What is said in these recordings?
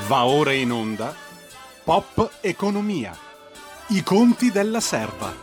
Va ora in onda Pop Economia. I conti della serva.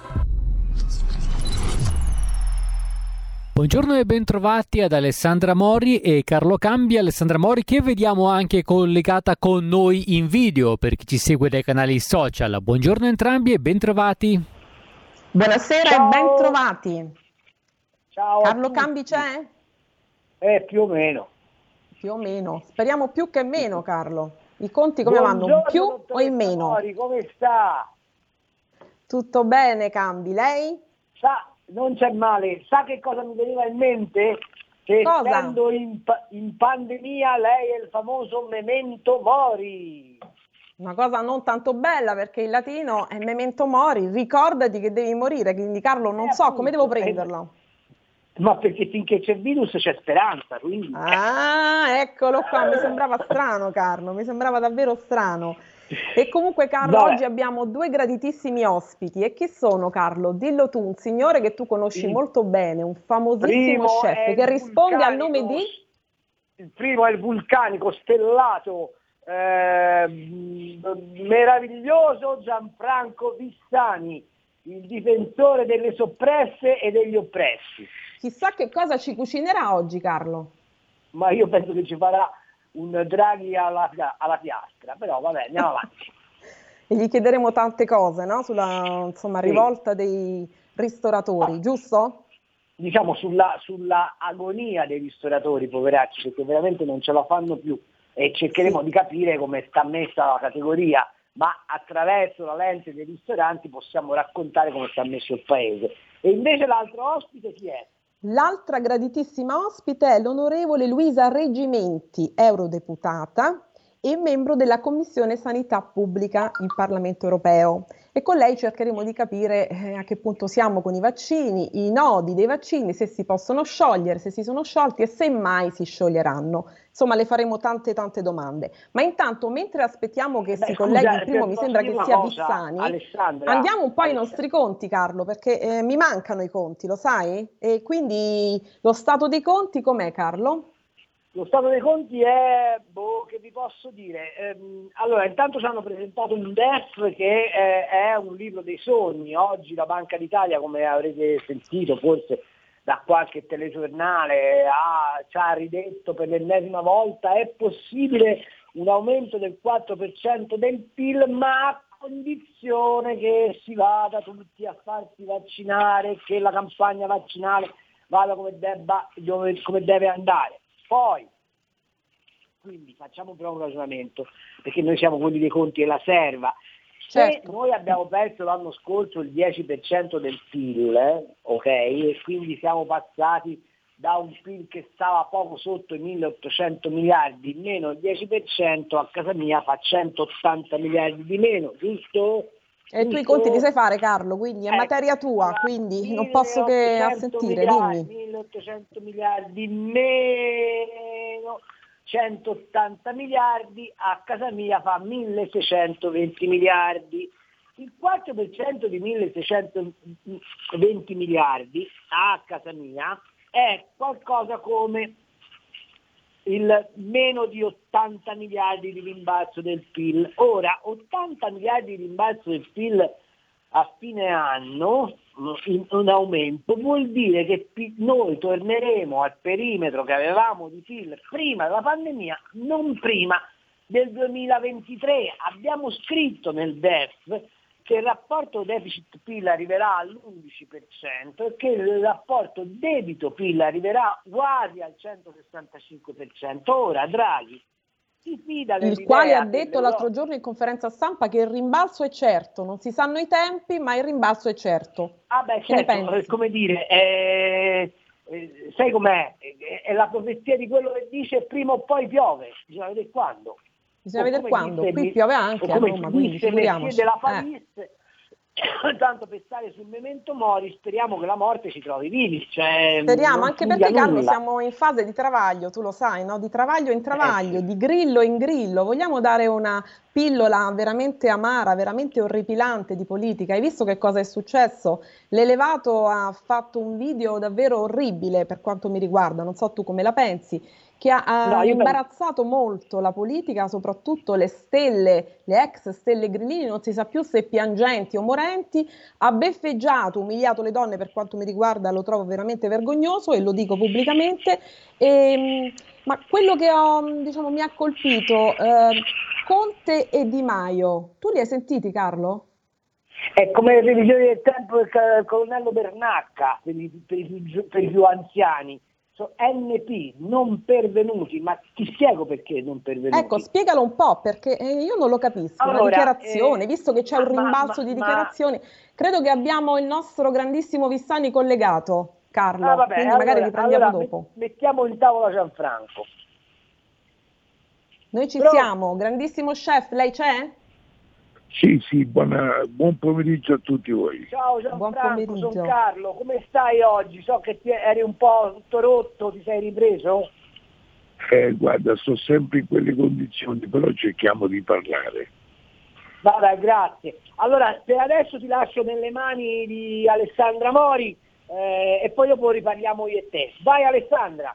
Buongiorno e bentrovati ad Alessandra Mori e Carlo Cambi. Alessandra Mori che vediamo anche collegata con noi in video per chi ci segue dai canali social. Buongiorno a entrambi e bentrovati. Buonasera. Ciao. E bentrovati. Ciao. Carlo Cambi c'è? Più o meno. Più o meno. Speriamo più che meno, Carlo. I conti come vanno? Più o in meno? Mori, come sta? Tutto bene, Cambi. Lei? Non c'è male. Sa che cosa mi veniva in mente? Che essendo in pandemia lei è il famoso memento mori. Una cosa non tanto bella perché in latino è memento mori, ricordati che devi morire, quindi Carlo non so come devo prenderlo. Ma perché finché c'è virus c'è speranza, quindi... Ah, eccolo qua, mi sembrava strano Carlo, mi sembrava davvero strano. E comunque Carlo, oggi abbiamo due graditissimi ospiti. E chi sono, Carlo? Dillo tu, un signore che tu conosci molto bene, un famosissimo chef che risponde al nome di... Il primo è il vulcanico stellato meraviglioso Gianfranco Vissani, il difensore delle soppresse e degli oppressi. Chissà che cosa ci cucinerà oggi, Carlo. Ma io penso che ci farà un Draghi alla piastra, però vabbè, andiamo avanti. E gli chiederemo tante cose, no? Sulla rivolta dei ristoratori, giusto? Diciamo sulla agonia dei ristoratori, poveracci, perché veramente non ce la fanno più, e cercheremo di capire come sta messa la categoria, ma attraverso la lente dei ristoranti possiamo raccontare come sta messo il paese. E invece l'altro ospite chi è? L'altra graditissima ospite è l'onorevole Luisa Reggimenti, eurodeputata e membro della Commissione Sanità Pubblica in Parlamento Europeo. E con lei cercheremo di capire a che punto siamo con i vaccini, i nodi dei vaccini, se si possono sciogliere, se si sono sciolti e se mai si scioglieranno. Insomma, le faremo tante domande. Ma intanto, mentre aspettiamo che si colleghi il primo, mi sembra che sia Vissani, andiamo un po' ai nostri conti, Carlo, perché mi mancano i conti, lo sai? E quindi lo stato dei conti com'è, Carlo? Lo stato dei conti è, che vi posso dire? Allora, intanto ci hanno presentato un DEF che è un libro dei sogni. Oggi la Banca d'Italia, come avrete sentito forse da qualche telegiornale, ci ha ridetto per l'ennesima volta: è possibile un aumento del 4% del PIL, ma a condizione che si vada tutti a farsi vaccinare, che la campagna vaccinale vada come deve andare. Poi, quindi facciamo però un ragionamento, perché noi siamo quelli dei conti della serva. Se noi abbiamo perso l'anno scorso il 10% del PIL, ok, e quindi siamo passati da un PIL che stava poco sotto i 1.800 miliardi, meno il 10%, a casa mia fa 180 miliardi di meno, giusto? E tu i conti li sai fare, Carlo, quindi è materia tua, quindi non posso che assentire, dimmi. 1.800 miliardi meno 180 miliardi, a casa mia fa 1.620 miliardi. Il 4% di 1.620 miliardi a casa mia è qualcosa come il meno di 80 miliardi di rimbalzo del PIL. Ora, 80 miliardi di rimbalzo del PIL a fine anno, in un aumento, vuol dire che noi torneremo al perimetro che avevamo di PIL prima della pandemia, non prima del 2023. Abbiamo scritto nel DEF che il rapporto deficit-PIL arriverà all'11% e che il rapporto debito-PIL arriverà quasi al 165%. Ora Draghi si fida il quale ha detto l'altro giorno in conferenza stampa che il rimbalzo è certo, non si sanno i tempi, ma il rimbalzo è certo. Certo, come dire, sai com'è? È la profezia di quello che dice prima o poi piove, bisogna vedere quando. Bisogna vedere quando, qui piove anche a Roma, quindi figuriamoci. Della Palis, tanto per stare sul memento mori, speriamo che la morte ci trovi vivi. Speriamo, anche perché Carlo siamo in fase di travaglio, tu lo sai, no? Di travaglio in travaglio, di grillo in grillo. Vogliamo dare una pillola veramente amara, veramente orripilante di politica. Hai visto che cosa è successo? L'Elevato ha fatto un video davvero orribile per quanto mi riguarda, non so tu come la pensi, che ha No, io imbarazzato molto la politica, soprattutto le stelle, le ex stelle grillini, non si sa più se piangenti o morenti, ha beffeggiato, umiliato le donne, per quanto mi riguarda lo trovo veramente vergognoso e lo dico pubblicamente. Ma quello che diciamo, mi ha colpito, Conte e Di Maio, tu li hai sentiti, Carlo? è come le revisioni del tempo del colonnello Bernacca per i più anziani. NP, non pervenuti, ma ti spiego perché non pervenuti. Ecco, spiegalo un po', perché io non lo capisco. Allora, una dichiarazione, visto che c'è un rimbalzo di ma dichiarazioni, credo che abbiamo il nostro grandissimo Vissani collegato, Carlo, vabbè, quindi magari riprendiamo allora dopo. mettiamo in tavola Gianfranco. Noi ci Pronto? siamo, grandissimo chef, lei c'è? Sì, buon pomeriggio a tutti voi. Ciao Buon Gianfranco, pomeriggio. sono Carlo, come stai oggi? So che eri un po' tutto rotto, ti sei ripreso? Guarda, sto sempre in quelle condizioni, però cerchiamo di parlare. Vabbè, grazie. Allora, per adesso ti lascio nelle mani di Alessandra Mori e poi dopo riparliamo io e te. Vai Alessandra!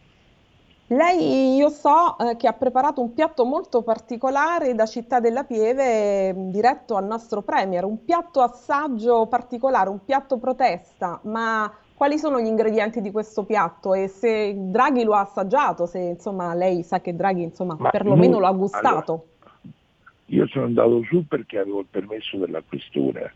Lei, io so che ha preparato un piatto molto particolare da Città della Pieve, diretto al nostro premier, un piatto assaggio particolare, un piatto protesta, ma quali sono gli ingredienti di questo piatto? E se Draghi lo ha assaggiato, se insomma lei sa che Draghi insomma Ma perlomeno lo ha allora, gustato. io sono andato su perché avevo il permesso della questura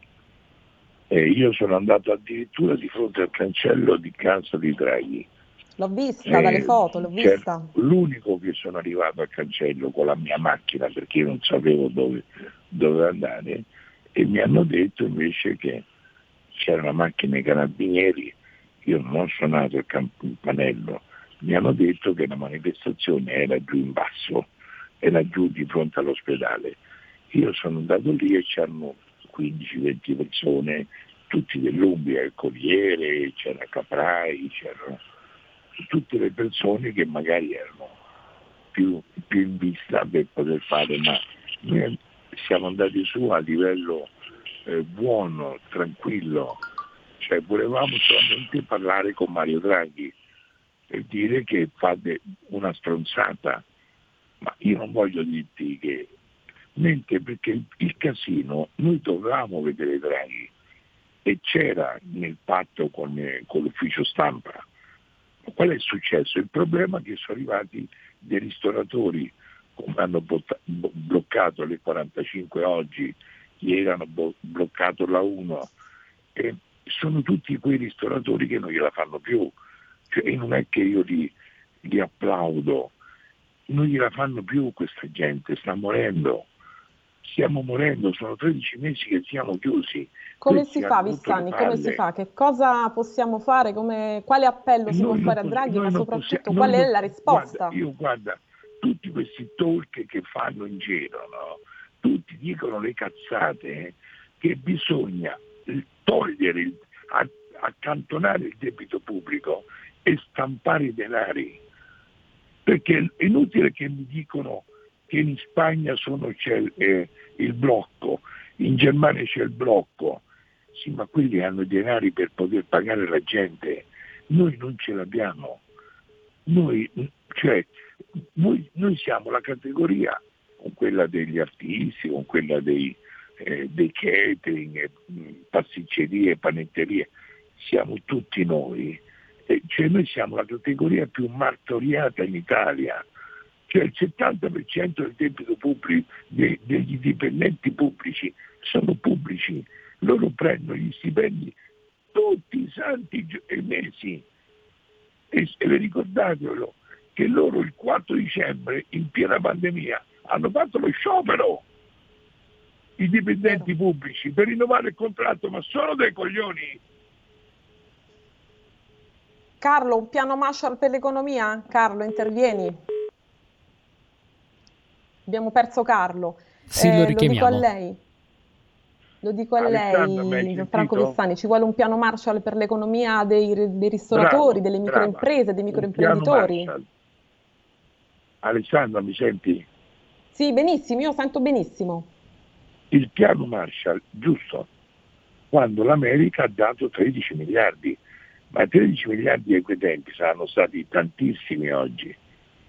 e io sono andato addirittura di fronte al cancello di casa di Draghi. L'ho vista dalle foto, l'ho vista. L'unico che sono arrivato al cancello con la mia macchina perché io non sapevo dove andare e mi hanno detto invece che c'era una macchina dei carabinieri, io non ho suonato il campanello, mi hanno detto che la manifestazione era giù in basso, era giù di fronte all'ospedale. Io sono andato lì e c'erano 15-20 persone, tutti dell'Umbria, il Corriere, c'era Caprai, c'erano tutte le persone che magari erano più in vista per poter fare, ma noi siamo andati su a livello buono, tranquillo, cioè volevamo solamente parlare con Mario Draghi per dire che fate una stronzata, ma io non voglio dirti che mentre perché il casino noi dovevamo vedere Draghi e c'era nel patto con l'ufficio stampa. Qual è successo? Il problema è che sono arrivati dei ristoratori, come hanno bloccato le 45 oggi, ieri hanno bloccato la 1, e sono tutti quei ristoratori che non gliela fanno più. Cioè, non è che io li applaudo, non gliela fanno più questa gente, sta morendo. Stiamo morendo, sono 13 mesi che siamo chiusi. Come Questi si fa, hanno rotto le Vissani? Come si palle. fa? Che cosa possiamo fare? Quale appello si può fare a Draghi, ma soprattutto qual è la risposta? Guarda, tutti questi talk che fanno in giro, no? Tutti dicono le cazzate che bisogna togliere, accantonare il debito pubblico e stampare i denari. Perché è inutile che mi dicono che in Spagna c'è il blocco, in Germania c'è il blocco. Sì, ma quelli hanno i denari per poter pagare la gente, noi non ce l'abbiamo. Noi siamo la categoria con quella degli artisti, con quella dei catering, pasticcerie, panetterie, siamo tutti noi. Cioè noi siamo la categoria più martoriata in Italia. Cioè il 70% del debito pubblico degli dipendenti pubblici sono pubblici, loro prendono gli stipendi tutti i santi mesi e ricordatelo che loro il 4 dicembre in piena pandemia hanno fatto lo sciopero, i dipendenti pubblici, per rinnovare il contratto, ma sono dei coglioni. Carlo, un piano Marshall per l'economia? Carlo, intervieni. Abbiamo perso Carlo. Sì, lo Lo dico a richiamiamo. lei. Lo dico a Alessandra, lei, Gianfranco Vissani, ci vuole un piano Marshall per l'economia dei ristoratori, delle microimprese, dei microimprenditori. Alessandra, mi senti? Sì, benissimo, io sento benissimo. Il piano Marshall, giusto, quando l'America ha dato 13 miliardi, ma 13 miliardi a quei tempi saranno stati tantissimi oggi.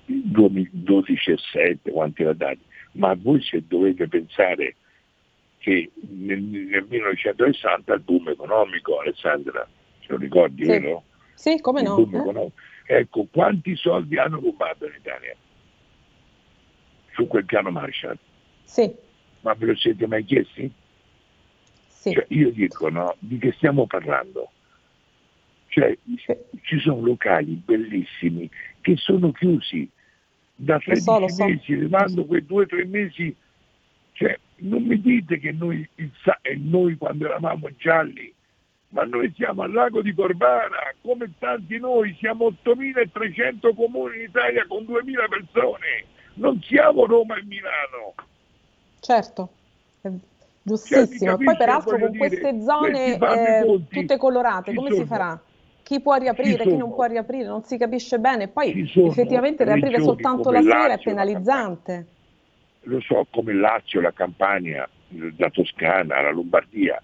2012-7, quanti la dati, ma voi se dovete pensare che nel 1960 il boom economico, Alessandra, se lo ricordi, Sì. vero? Sì, come Il no? boom economico. Ecco, quanti soldi hanno rubato in Italia su quel piano Marshall? Sì, Ma ve lo siete mai chiesti? sì. Cioè, io dico, no, di che stiamo parlando? Cioè, ci sono locali bellissimi che sono chiusi da 13 Lo so. mesi, levando quei 2 o 3 mesi. Cioè, non mi dite che noi quando eravamo gialli, ma noi siamo al lago di Corvara, come tanti noi, siamo 8.300 comuni in Italia con 2.000 persone, non siamo Roma e Milano. Certo, è giustissimo. E poi peraltro con dire, queste zone tutte colorate, come si farà? Chi può riaprire, chi non può riaprire, non si capisce bene. Poi effettivamente riaprire soltanto la sera è penalizzante. Lo so, come il Lazio, la Campania, la Toscana, la Lombardia,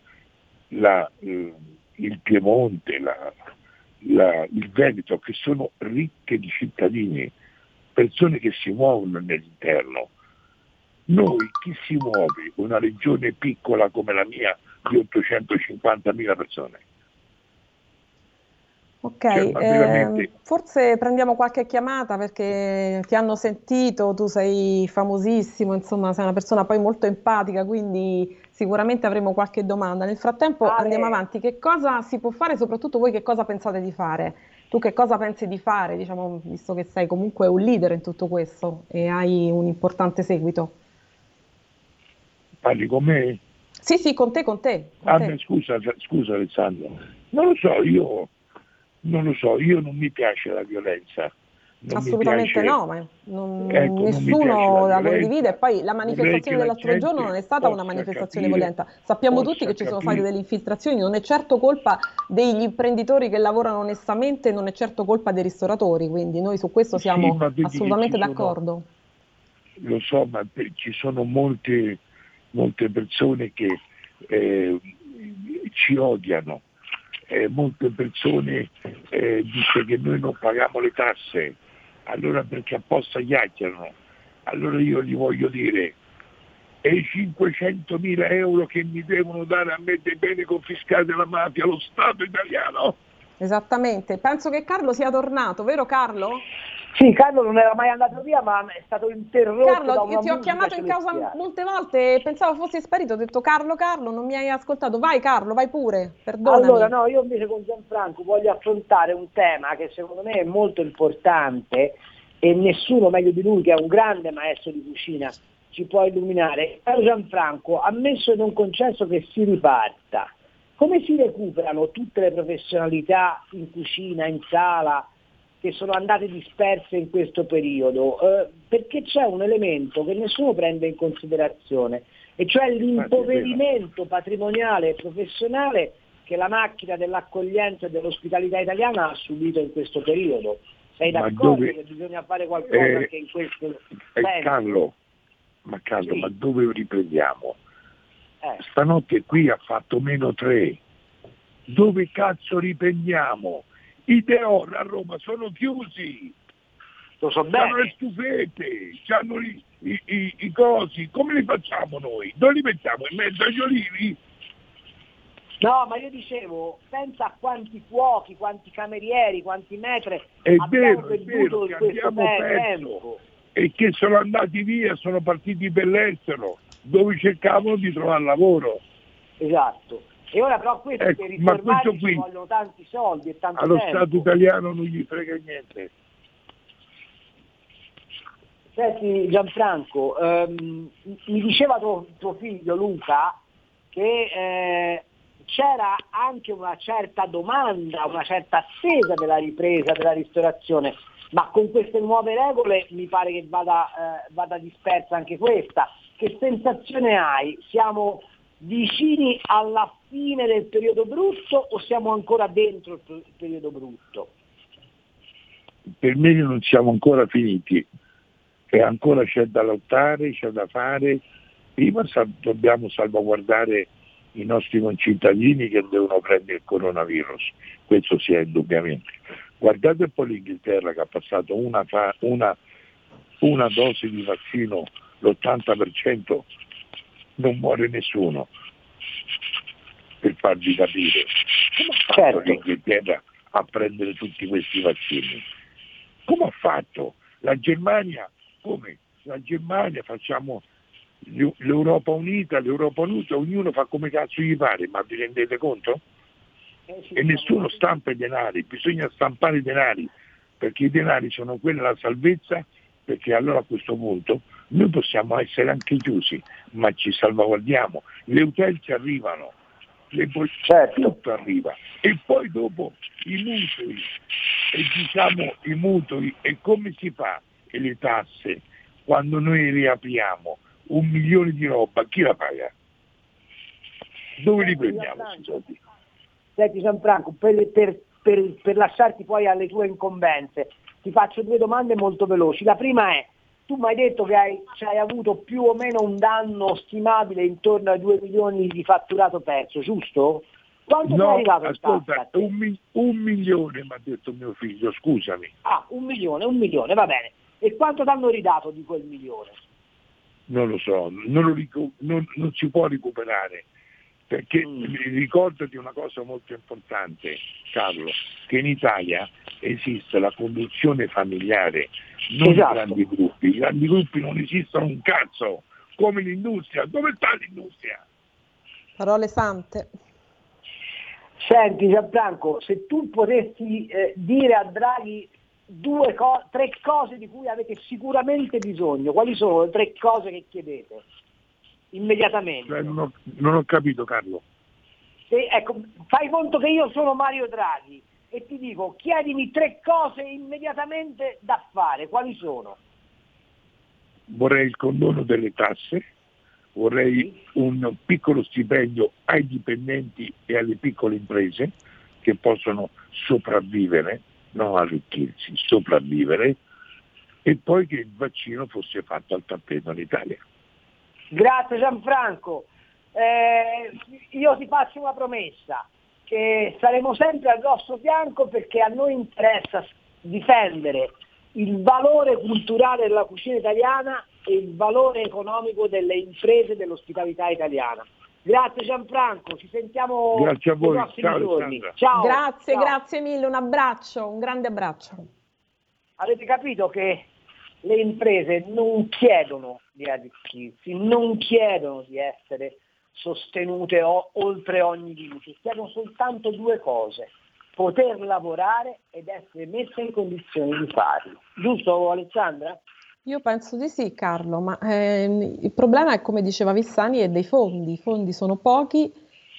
il Piemonte, il Veneto, che sono ricche di cittadini, persone che si muovono nell'interno. Noi, chi si muove? Una regione piccola come la mia di 850.000 persone. Ok, forse prendiamo qualche chiamata perché ti hanno sentito, tu sei famosissimo, insomma sei una persona poi molto empatica, quindi sicuramente avremo qualche domanda. Nel frattempo andiamo avanti, che cosa si può fare, soprattutto voi che cosa pensate di fare? Tu che cosa pensi di fare, diciamo, visto che sei comunque un leader in tutto questo e hai un importante seguito? Parli con me? Sì, con te. Scusa Alessandro, non lo so, io non mi piace la violenza. Assolutamente no, ma nessuno la condivide. E poi la manifestazione dell'altro giorno non è stata una manifestazione violenta. Sappiamo tutti che ci sono state delle infiltrazioni, non è certo colpa degli imprenditori che lavorano onestamente, non è certo colpa dei ristoratori, quindi noi su questo siamo assolutamente d'accordo. Lo so, ma ci sono molte persone che ci odiano. Molte persone dicono che noi non paghiamo le tasse, allora perché apposta chiacchierano. Allora io gli voglio dire, e i 500.000 euro che mi devono dare a me dei beni confiscati alla mafia, lo Stato italiano? Esattamente, penso che Carlo sia tornato, vero Carlo? Sì, Carlo non era mai andato via, ma è stato interrotto Carlo, da una io ti ho chiamato in causa molte volte e pensavo fossi sparito, ho detto Carlo, non mi hai ascoltato, vai Carlo, vai pure, perdonami. Allora, no, io invece con Gianfranco voglio affrontare un tema che secondo me è molto importante e nessuno meglio di lui, che è un grande maestro di cucina, ci può illuminare. Caro Gianfranco, ammesso e non concesso che si riparta, come si recuperano tutte le professionalità in cucina, in sala, che sono andate disperse in questo periodo? Perché c'è un elemento che nessuno prende in considerazione, e cioè l'impoverimento patrimoniale e professionale che la macchina dell'accoglienza e dell'ospitalità italiana ha subito in questo periodo. Sei d'accordo che bisogna fare qualcosa anche in questo senso? Carlo, sì. Ma dove riprendiamo? Stanotte qui ha fatto -3. Dove cazzo riprendiamo? I Teor a Roma sono chiusi. Lo so bene. C'hanno le stufette, c'hanno i cosi. Come li facciamo noi? Dove li mettiamo? In mezzo agli olivi? No, ma io dicevo, pensa a quanti cuochi, quanti camerieri, quanti maître abbiamo perduto in questo tempo. E che sono andati via, sono partiti per l'estero, dove cercavano di trovare lavoro. Esatto. E ora però questo per riformarli ci vogliono tanti soldi e tanto allo tempo. Stato italiano non gli frega niente. Senti Gianfranco, mi diceva tuo figlio Luca che c'era anche una certa domanda, una certa attesa della ripresa della ristorazione, ma con queste nuove regole mi pare che vada dispersa anche questa. Che sensazione hai? Siamo vicini alla fine del periodo brutto o siamo ancora dentro il periodo brutto? Per me non siamo ancora finiti, e ancora c'è da lottare, c'è da fare. Prima dobbiamo salvaguardare i nostri concittadini che devono prendere il coronavirus, questo sia indubbiamente. Guardate un po' l'Inghilterra che ha passato una una dose di vaccino l'80% non muore nessuno, per farvi capire. Come ha fatto l'Inghilterra a prendere tutti questi vaccini? Come ha fatto? La Germania, come? La Germania facciamo l'Europa Unita, ognuno fa come cazzo gli pare, ma vi rendete conto? E nessuno stampa i denari, bisogna stampare i denari, perché i denari sono quella la salvezza, perché allora a questo punto noi possiamo essere anche chiusi, ma ci salvaguardiamo, le utenze arrivano, tutto arriva, e poi dopo i mutui, e come si fa? E le tasse, quando noi riapriamo 1 milione di roba, chi la paga? Dove li prendiamo questi soldi? Senti Gianfranco, per lasciarti poi alle tue incombenze, ti faccio 2 domande molto veloci. La prima è, tu mi hai detto che hai avuto più o meno un danno stimabile intorno ai 2 milioni di fatturato perso, giusto? Quanto ti è arrivato in tasca? 1 milione mi ha detto mio figlio, scusami. 1 milione, va bene. E quanto ti hanno ridato di quel milione? Non lo so, non si può recuperare, perché ricordati una cosa molto importante, Carlo, che in Italia esiste la conduzione familiare, non grandi gruppi. I grandi gruppi non esistono un cazzo, come l'industria. Dove sta l'industria? Parole sante. Senti Gianfranco, se tu potessi dire a Draghi 3 cose di cui avete sicuramente bisogno, quali sono le 3 cose che chiedete immediatamente? Non ho capito, Carlo. Ecco, fai conto che io sono Mario Draghi e ti dico, chiedimi 3 cose immediatamente da fare, quali sono? Vorrei il condono delle tasse, vorrei un piccolo stipendio ai dipendenti e alle piccole imprese che possono sopravvivere, non arricchirsi, sopravvivere, e poi che il vaccino fosse fatto al tappeto in Italia. Grazie Gianfranco, io ti faccio una promessa, che saremo sempre al vostro fianco, perché a noi interessa difendere il valore culturale della cucina italiana e il valore economico delle imprese dell'ospitalità italiana. Grazie Gianfranco, ci sentiamo grazie a voi. Nei prossimi giorni. Ciao. Grazie mille, un abbraccio, un grande abbraccio. Avete capito che le imprese non chiedono di arricchirsi, non chiedono di essere sostenute oltre ogni limite, chiedono soltanto 2 cose: poter lavorare ed essere messe in condizioni di farlo. Giusto Alessandra? Io penso di sì, Carlo, ma il problema è, come diceva Vissani, è dei fondi. I fondi sono pochi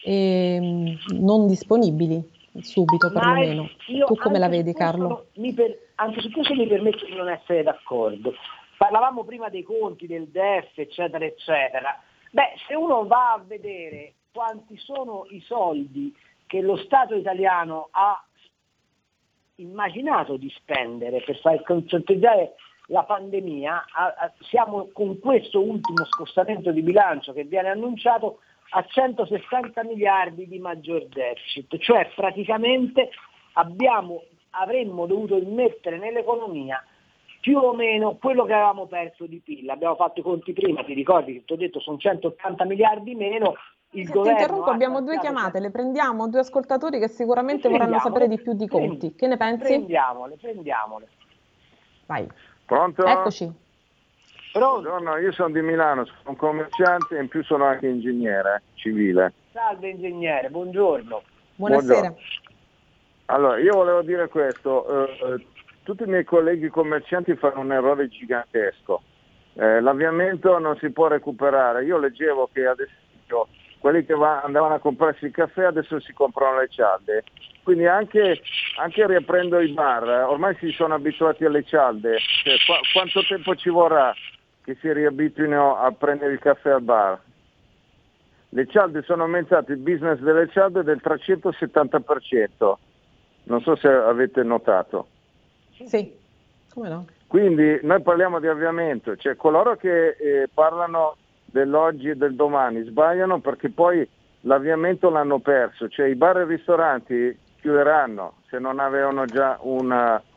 e non disponibili subito, perlomeno. Tu come la vedi, Carlo? Anche su questo mi permetto di non essere d'accordo. Parlavamo prima dei conti, del DEF, eccetera, eccetera. Se uno va a vedere quanti sono i soldi che lo Stato italiano ha immaginato di spendere per far fronteggiare la pandemia, siamo con questo ultimo scostamento di bilancio che viene annunciato a 160 miliardi di maggior deficit, cioè praticamente avremmo dovuto immettere nell'economia più o meno quello che avevamo perso di PIL. Abbiamo fatto i conti prima, ti ricordi che ti ho detto sono 180 miliardi meno. Ti interrompo, abbiamo 2 chiamate, le prendiamo, 2 ascoltatori che sicuramente vorranno sapere di più di conti. Che ne pensi? Prendiamole. Vai. Pronto? Eccoci. Pronto? Buongiorno, io sono di Milano, sono un commerciante e in più sono anche ingegnere civile. Salve ingegnere, buongiorno. Buonasera. Buongiorno. Allora, io volevo dire questo, tutti i miei colleghi commercianti fanno un errore gigantesco. L'avviamento non si può recuperare. Io leggevo che ad esempio quelli che andavano a comprarsi il caffè adesso si comprano le cialde. Quindi anche riaprendo i bar, ormai si sono abituati alle cialde. Cioè, quanto tempo ci vorrà che si riabituino a prendere il caffè al bar? Le cialde sono aumentate, il business delle cialde del 370%. Non so se avete notato. Sì, come no? Quindi noi parliamo di avviamento, cioè coloro che parlano dell'oggi e del domani sbagliano, perché poi l'avviamento l'hanno perso, cioè i bar e i ristoranti chiuderanno se non avevano già un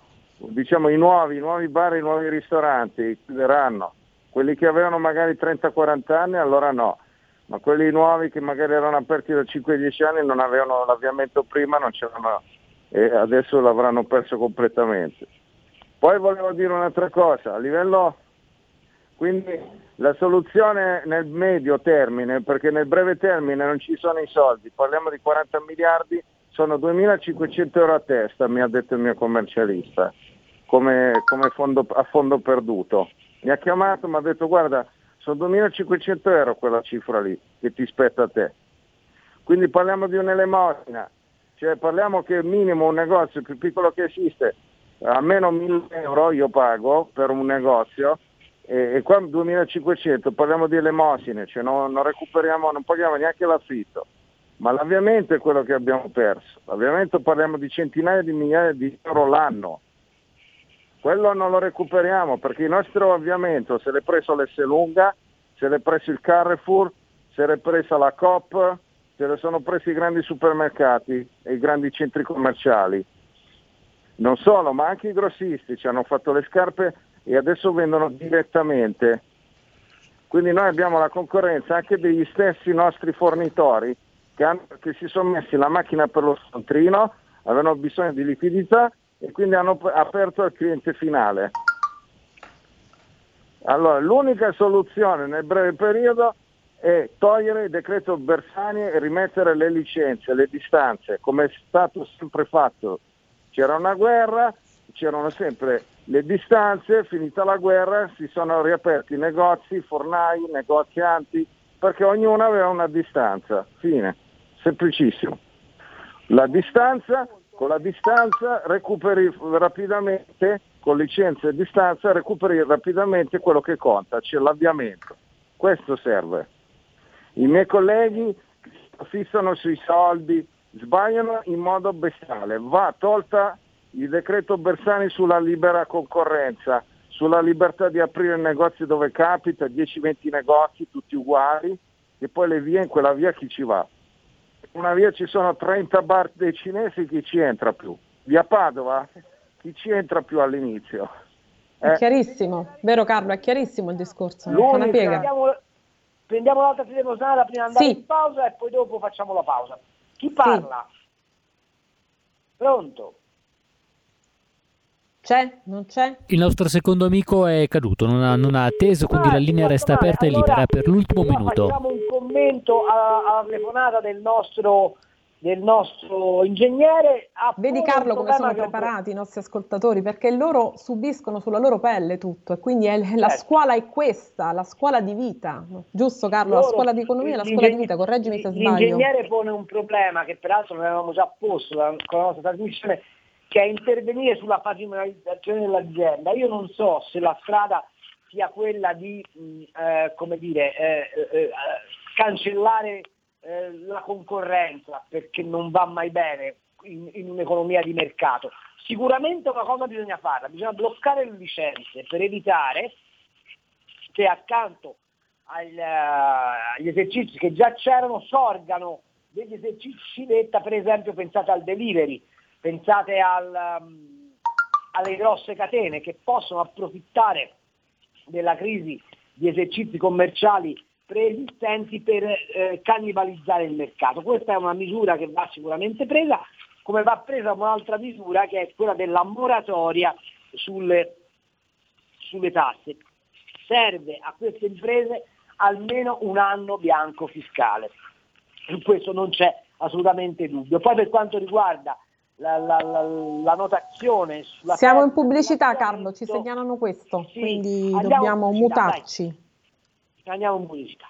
diciamo i nuovi bar, i nuovi ristoranti chiuderanno. Quelli che avevano magari 30-40 anni allora no, ma quelli nuovi che magari erano aperti da 5-10 anni non avevano l'avviamento prima, non c'erano, e adesso l'avranno perso completamente. Poi volevo dire un'altra cosa, a livello, quindi la soluzione nel medio termine, perché nel breve termine non ci sono i soldi, parliamo di 40 miliardi, sono 2.500 euro a testa, mi ha detto il mio commercialista, come a fondo perduto. Mi ha chiamato, mi ha detto guarda, sono 2.500 euro quella cifra lì che ti spetta a te. Quindi parliamo di un'elemosina, cioè parliamo che minimo un negozio più piccolo che esiste, almeno 1.000 euro io pago per un negozio, e qua 2.500, parliamo di elemosine, cioè non recuperiamo, non paghiamo neanche l'affitto. Ma l'avviamento è quello che abbiamo perso. L'avviamento parliamo di centinaia di migliaia di euro l'anno. Quello non lo recuperiamo perché il nostro avviamento se l'è preso l'Esselunga, se l'è preso il Carrefour, se l'è presa la Coop, se le sono presi i grandi supermercati e i grandi centri commerciali. Non solo, ma anche i grossisti ci hanno fatto le scarpe e adesso vendono direttamente. Quindi noi abbiamo la concorrenza anche degli stessi nostri fornitori che si sono messi la macchina per lo scontrino, avevano bisogno di liquidità e quindi hanno aperto al cliente finale. Allora, l'unica soluzione nel breve periodo è togliere il decreto Bersani e rimettere le licenze, le distanze, come è stato sempre fatto. C'era una guerra, c'erano sempre le distanze, finita la guerra si sono riaperti negozi, fornai, negozianti, perché ognuno aveva una distanza, fine, semplicissimo. Con la distanza recuperi rapidamente, con licenza e distanza recuperi rapidamente quello che conta, cioè l'avviamento. Questo serve. I miei colleghi fissano sui soldi, sbagliano in modo bestiale, va tolta il decreto Bersani sulla libera concorrenza, sulla libertà di aprire negozi dove capita, 10-20 negozi tutti uguali, e poi le vie, in quella via chi ci va? In una via ci sono 30 bar dei cinesi, chi ci entra più? Via Padova? Chi ci entra più all'inizio? È chiarissimo, vero Carlo, è chiarissimo il discorso, una piega. Prendiamo l'altra telefonata prima di andare in pausa e poi dopo facciamo la pausa. Chi parla? Sì. Pronto? C'è? Non c'è? Il nostro secondo amico è caduto, non ha atteso, quindi la linea resta aperta e libera per l'ultimo minuto. Facciamo un commento alla telefonata del nostro ingegnere. Vedi Carlo come sono preparati i nostri ascoltatori, perché loro subiscono sulla loro pelle tutto e quindi la scuola è questa, la scuola di vita, giusto Carlo? La scuola di economia e la scuola di vita, correggimi se sbaglio. L'ingegnere pone un problema che peraltro noi avevamo già posto con la nostra trasmissione, che è intervenire sulla patrimonializzazione dell'azienda. Io non so se la strada sia quella di cancellare la concorrenza, perché non va mai bene in un'economia di mercato. Sicuramente una cosa bisogna farla, bisogna bloccare le licenze per evitare che accanto agli esercizi che già c'erano sorgano degli esercizi civetta, per esempio pensate al delivery, pensate alle grosse catene che possono approfittare della crisi di esercizi commerciali preesistenti per cannibalizzare il mercato. Questa è una misura che va sicuramente presa, come va presa un'altra misura che è quella della moratoria sulle tasse. Serve a queste imprese almeno un anno bianco fiscale, in questo non c'è assolutamente dubbio. Poi per quanto riguarda la notazione sulla siamo in pubblicità Carlo, ci segnalano questo, sì, quindi dobbiamo mutarci. Dai. Andiamo in pubblicità.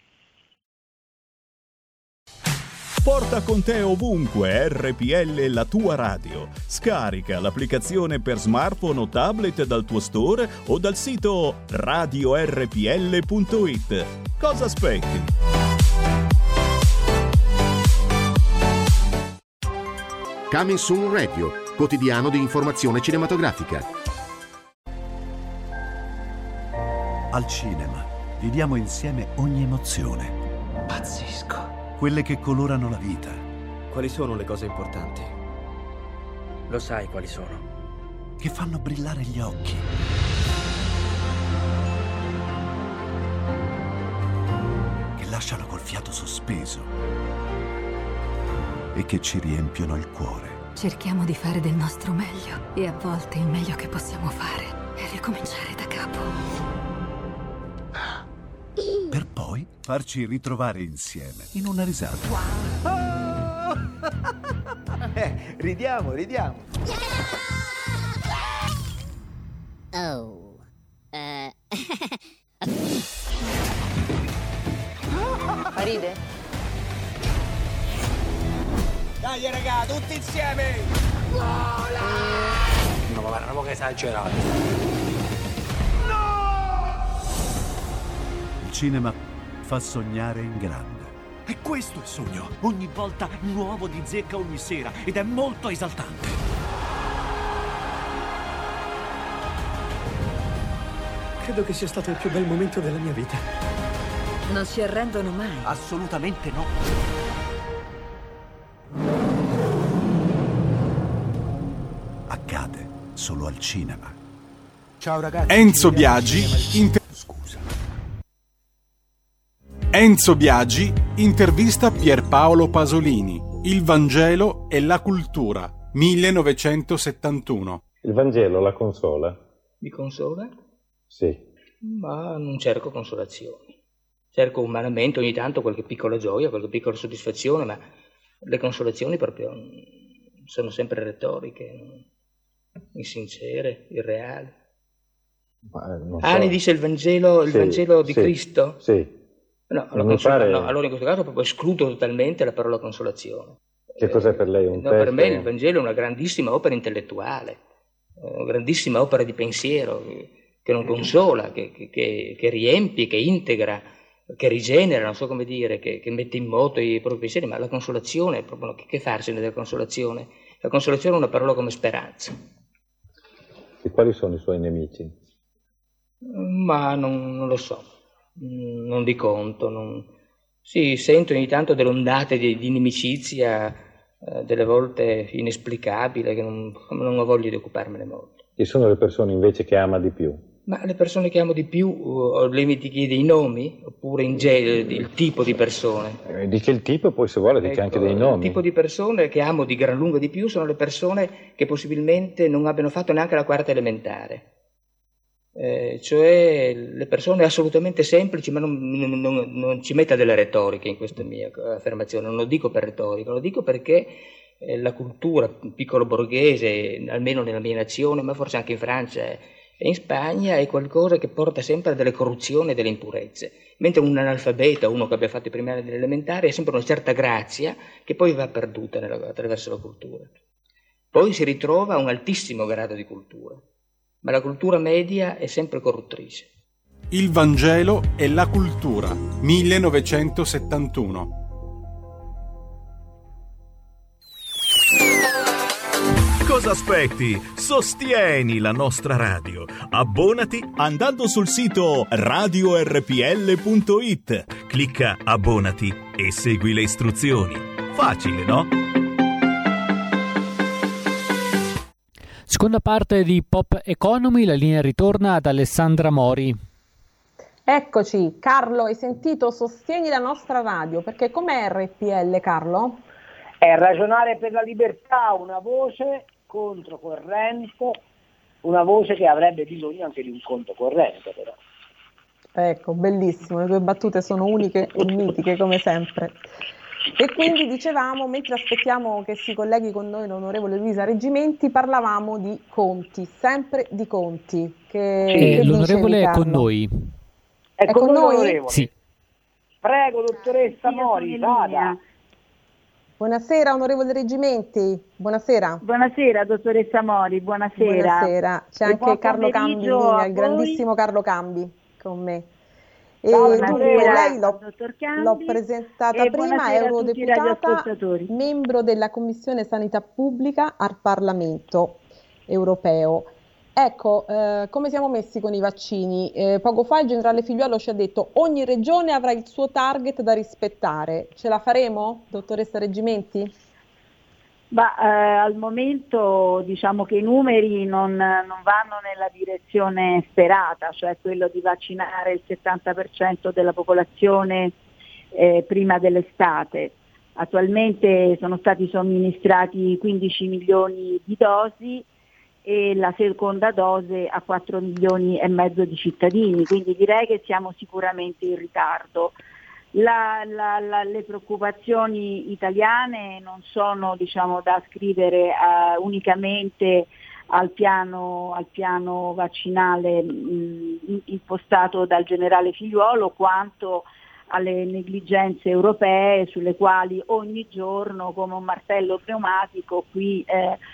Porta con te ovunque RPL, la tua radio. Scarica l'applicazione per smartphone o tablet dal tuo store o dal sito radiorpl.it. Cosa aspetti? Coming Soon Radio, quotidiano di informazione cinematografica. Al cinema viviamo insieme ogni emozione. Pazzesco. Quelle che colorano la vita. Quali sono le cose importanti? Lo sai quali sono? che fanno brillare gli occhi. Che lasciano col fiato sospeso e che ci riempiono il cuore. Cerchiamo di fare del nostro meglio e a volte il meglio che possiamo fare è ricominciare da capo. Per poi farci ritrovare insieme in una risata. Ridiamo. Oh. Ride? Dai raga, tutti insieme! Vola! No, ma guarda, che esagerato. Il cinema fa sognare in grande. E questo è il sogno. Ogni volta nuovo di zecca ogni sera ed è molto esaltante. Credo che sia stato il più bel momento della mia vita. Non si arrendono mai. Assolutamente no. Accade solo al cinema. Ciao ragazzi. Enzo Biagi intervista Pierpaolo Pasolini. Il Vangelo e la cultura, 1971. Il Vangelo la consola? Mi consola? Sì. Ma non cerco consolazioni. Cerco umanamente ogni tanto qualche piccola gioia, qualche piccola soddisfazione, ma le consolazioni proprio sono sempre retoriche, insincere, irreali. Ne dice il Vangelo di Cristo? Sì. No, allora in questo caso proprio escludo totalmente la parola consolazione. Che cos'è per lei un testo? Per me il Vangelo è una grandissima opera intellettuale, una grandissima opera di pensiero che non consola, che riempie, che integra, che rigenera, non so come dire, che mette in moto i propri pensieri, ma la consolazione, proprio, che farsene della consolazione? La consolazione è una parola come speranza. E quali sono i suoi nemici? Ma non lo so. Non di conto, sì, sento ogni tanto delle ondate di inimicizia, delle volte inesplicabile, che non ho voglia di occuparmene molto. Chi sono le persone invece che ama di più? Ma le persone che amo di più, lei mi chiede i nomi? Oppure in genere il tipo di persone? Dice il tipo e poi se vuole dice anche dei nomi. Il tipo di persone che amo di gran lunga di più sono le persone che possibilmente non abbiano fatto neanche la quarta elementare. Cioè le persone assolutamente semplici, ma non ci metta delle retoriche in questa mia affermazione, non lo dico per retorica, lo dico perché la cultura piccolo borghese, almeno nella mia nazione, ma forse anche in Francia e in Spagna, è qualcosa che porta sempre a delle corruzioni e delle impurezze, mentre un analfabeta, uno che abbia fatto i primi anni dell'elementare, ha sempre una certa grazia che poi va perduta attraverso la cultura. Poi si ritrova a un altissimo grado di cultura, ma la cultura media è sempre corruttrice. Il Vangelo e la cultura, 1971. Cosa aspetti? Sostieni la nostra radio. Abbonati andando sul sito radiorpl.it. Clicca abbonati e segui le istruzioni. Facile, no? Seconda parte di Pop Economy, la linea ritorna ad Alessandra Mori. Eccoci, Carlo, hai sentito? Sostieni la nostra radio, perché com'è RPL, Carlo? È Ragionare per la Libertà, una voce controcorrente, una voce che avrebbe bisogno anche di un controcorrente, però. Ecco, bellissimo, le tue battute sono uniche e mitiche come sempre. E quindi dicevamo, mentre aspettiamo che si colleghi con noi l'onorevole Luisa Reggimenti, parlavamo di conti, sempre di conti. Che l'onorevole dicevi, è con noi. È con noi? Sì. Prego, dottoressa Mori, vada. Buonasera, onorevole Reggimenti. Buonasera. Buonasera, dottoressa Mori, buonasera. Buonasera. C'è anche Carlo Cambi, il grandissimo Carlo Cambi con me. E dunque, lei l'ho presentata prima, è eurodeputata, membro della Commissione Sanità Pubblica al Parlamento Europeo. Ecco, come siamo messi con i vaccini? Poco fa il generale Figliuolo ci ha detto ogni regione avrà il suo target da rispettare. Ce la faremo, dottoressa Reggimenti? Al momento diciamo che i numeri non vanno nella direzione sperata, cioè quello di vaccinare il 70% della popolazione prima dell'estate. Attualmente sono stati somministrati 15 milioni di dosi e la seconda dose a 4 milioni e mezzo di cittadini, quindi direi che siamo sicuramente in ritardo. Le preoccupazioni italiane non sono da ascrivere unicamente al piano vaccinale impostato dal generale Figliuolo, quanto alle negligenze europee sulle quali ogni giorno come un martello pneumatico qui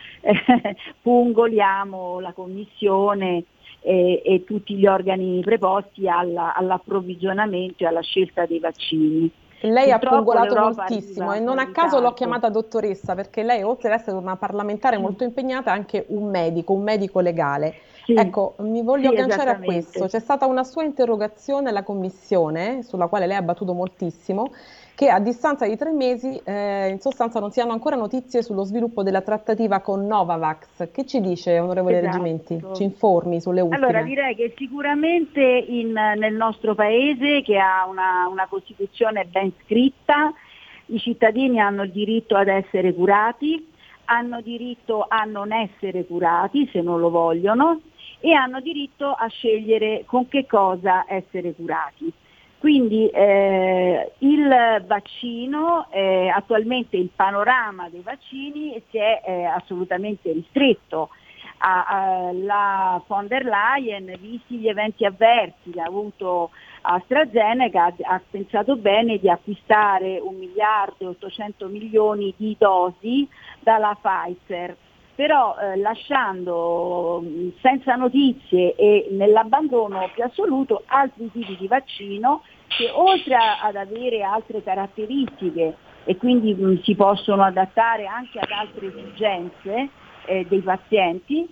pungoliamo la Commissione e tutti gli organi preposti all'approvvigionamento e alla scelta dei vaccini. Lei ha pungolato l'Europa moltissimo e non a caso l'ho chiamata dottoressa, perché lei, oltre ad essere una parlamentare molto impegnata, è anche un medico legale. Sì. Ecco, mi voglio agganciare a esattamente. questo. C'è stata una sua interrogazione alla Commissione, sulla quale lei ha battuto moltissimo, che a distanza di 3 mesi in sostanza non si hanno ancora notizie sullo sviluppo della trattativa con Novavax. Che ci dice, onorevole Reggimenti? Ci informi sulle ultime. Allora, direi che sicuramente nel nostro paese, che ha una Costituzione ben scritta, i cittadini hanno il diritto ad essere curati, hanno diritto a non essere curati se non lo vogliono e hanno diritto a scegliere con che cosa essere curati. Quindi il vaccino, attualmente il panorama dei vaccini si è assolutamente ristretto. La von der Leyen, visti gli eventi avversi che ha avuto AstraZeneca, ha pensato bene di acquistare 1 miliardo e 800 milioni di dosi dalla Pfizer, però lasciando senza notizie e nell'abbandono più assoluto altri tipi di vaccino che oltre ad avere altre caratteristiche e quindi si possono adattare anche ad altre esigenze dei pazienti,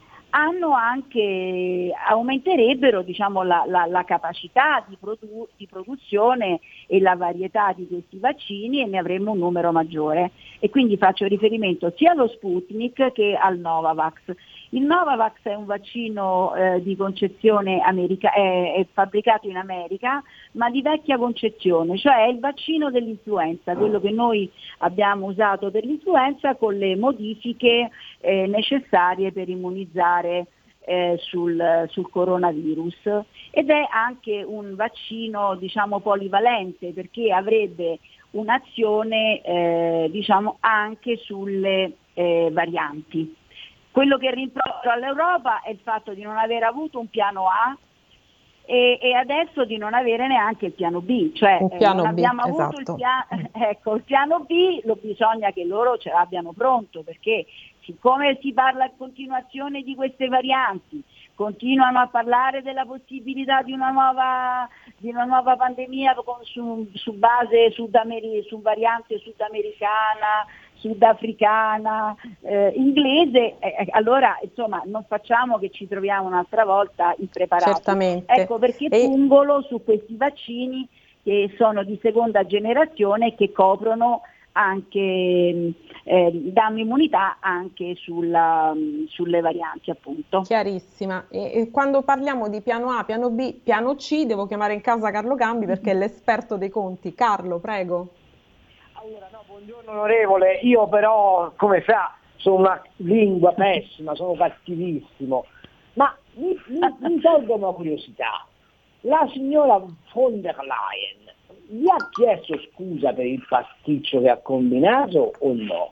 aumenterebbero la capacità di produzione e la varietà di questi vaccini e ne avremmo un numero maggiore. E quindi faccio riferimento sia allo Sputnik che al Novavax. Il Novavax è un vaccino di concezione è fabbricato in America, ma di vecchia concezione, cioè è il vaccino dell'influenza, quello che noi abbiamo usato per l'influenza con le modifiche necessarie per immunizzare sul coronavirus, ed è anche un vaccino polivalente perché avrebbe un'azione anche sulle varianti. Quello che rimprovero all'Europa è il fatto di non aver avuto un piano A e adesso di non avere neanche il piano B, cioè non abbiamo avuto il piano B, bisogna che loro ce l'abbiano pronto, perché siccome si parla in continuazione di queste varianti, continuano a parlare della possibilità di una nuova pandemia su base su variante sudamericana, sudafricana, inglese, allora insomma non facciamo che ci troviamo un'altra volta impreparati. Certamente. Ecco perché pungolo su questi vaccini che sono di seconda generazione e che coprono anche danno immunità anche sulle varianti, appunto. Chiarissima. E quando parliamo di piano A, piano B, piano C, devo chiamare in causa Carlo Cambi perché è l'esperto dei conti. Carlo, prego. Allora, buongiorno onorevole, io però, come sa, sono una lingua pessima, sono cattivissimo, ma mi tolgo una curiosità. La signora von der Leyen gli ha chiesto scusa per il pasticcio che ha combinato o no?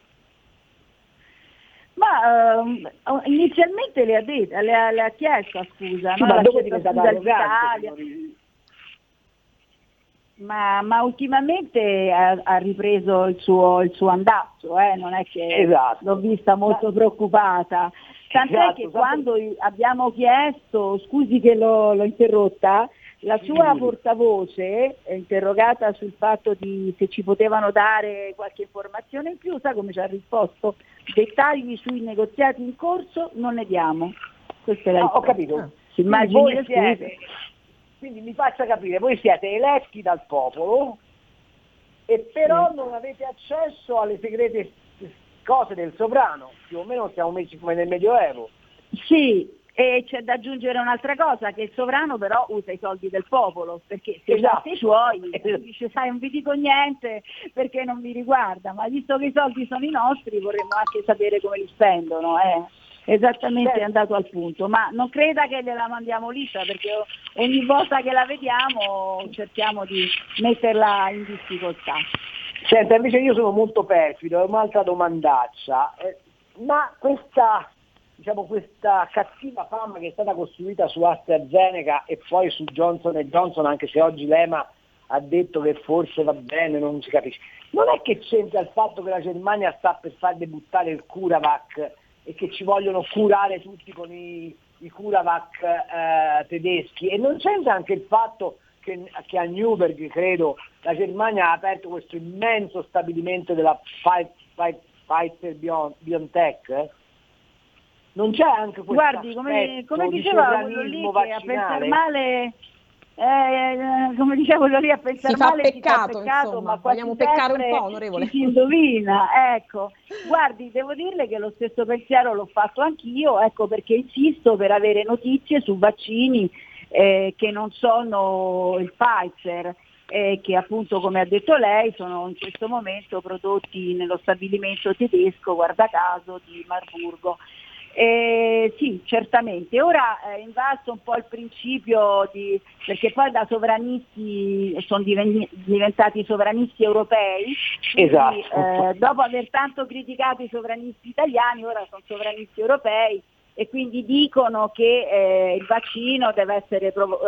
Ma inizialmente le ha chiesto scusa, no? Ma dopo è diventata arrogante, ma ultimamente ha ripreso il suo andazzo, non è che l'ho vista molto preoccupata, tant'è che quando abbiamo chiesto, scusi che l'ho interrotta, la sua portavoce, interrogata sul fatto di se ci potevano dare qualche informazione in più, sa come ci ha risposto? Dettagli sui negoziati in corso non ne diamo. Questa è la risposta. Ho capito. Quindi mi faccia capire, voi siete eletti dal popolo e però non avete accesso alle segrete cose del sovrano, più o meno siamo messi come nel Medioevo. Sì, e c'è da aggiungere un'altra cosa, che il sovrano però usa i soldi del popolo, perché se usasse i suoi dice sai non vi dico niente perché non mi riguarda, ma visto che i soldi sono i nostri vorremmo anche sapere come li spendono, esattamente, è andato al punto, ma non creda che gliela mandiamo liscia, perché ogni volta che la vediamo cerchiamo di metterla in difficoltà. Senta, invece io sono molto perfido, è un'altra domandaccia, ma questa cattiva fama che è stata costruita su AstraZeneca e poi su Johnson & Johnson, anche se oggi l'EMA ha detto che forse va bene, non si capisce, non è che c'entra il fatto che la Germania sta per far debuttare il CureVac e che ci vogliono curare tutti con i CureVac tedeschi, e non c'entra anche il fatto che a Newberg, credo, la Germania ha aperto questo immenso stabilimento della Pfizer BioNTech? Non c'è anche questo? Guardi, come diceva quello lì che a pensare male, come diceva quello lì, a pensare male si fa peccato, ma vogliamo peccare un po', onorevole. Si indovina, ecco. Guardi, devo dirle che lo stesso pensiero l'ho fatto anch'io, ecco perché insisto per avere notizie su vaccini che non sono il Pfizer, che appunto, come ha detto lei, sono in questo momento prodotti nello stabilimento tedesco, guarda caso, di Marburgo. Sì, certamente. Ora è invalso un po' il principio perché poi da sovranisti sono diventati sovranisti europei, quindi, dopo aver tanto criticato i sovranisti italiani, ora sono sovranisti europei e quindi dicono che il vaccino deve essere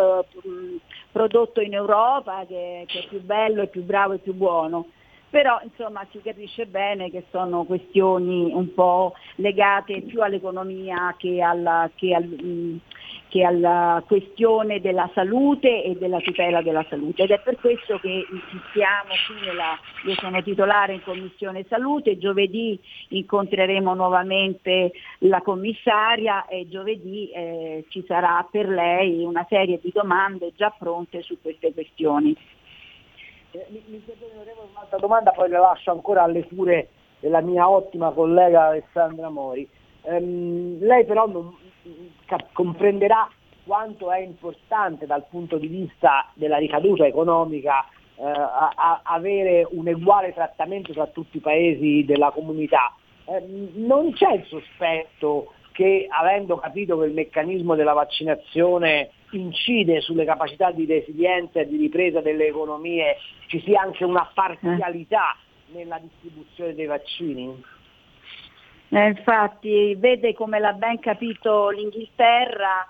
prodotto in Europa, che è più bello, è più bravo e più buono. Però insomma si capisce bene che sono questioni un po' legate più all'economia che alla questione della salute e della tutela della salute, ed è per questo che insistiamo qui io sono titolare in Commissione Salute, giovedì incontreremo nuovamente la commissaria e giovedì ci sarà per lei una serie di domande già pronte su queste questioni. Mi perdoni, onorevole, un'altra domanda, poi le lascio ancora alle cure della mia ottima collega Alessandra Mori. Lei però comprenderà quanto è importante dal punto di vista della ricaduta economica avere un uguale trattamento tra tutti i paesi della comunità. Non c'è il sospetto che, avendo capito che il meccanismo della vaccinazione incide sulle capacità di resilienza e di ripresa delle economie, ci sia anche una parzialità nella distribuzione dei vaccini? Infatti vede come l'ha ben capito l'Inghilterra,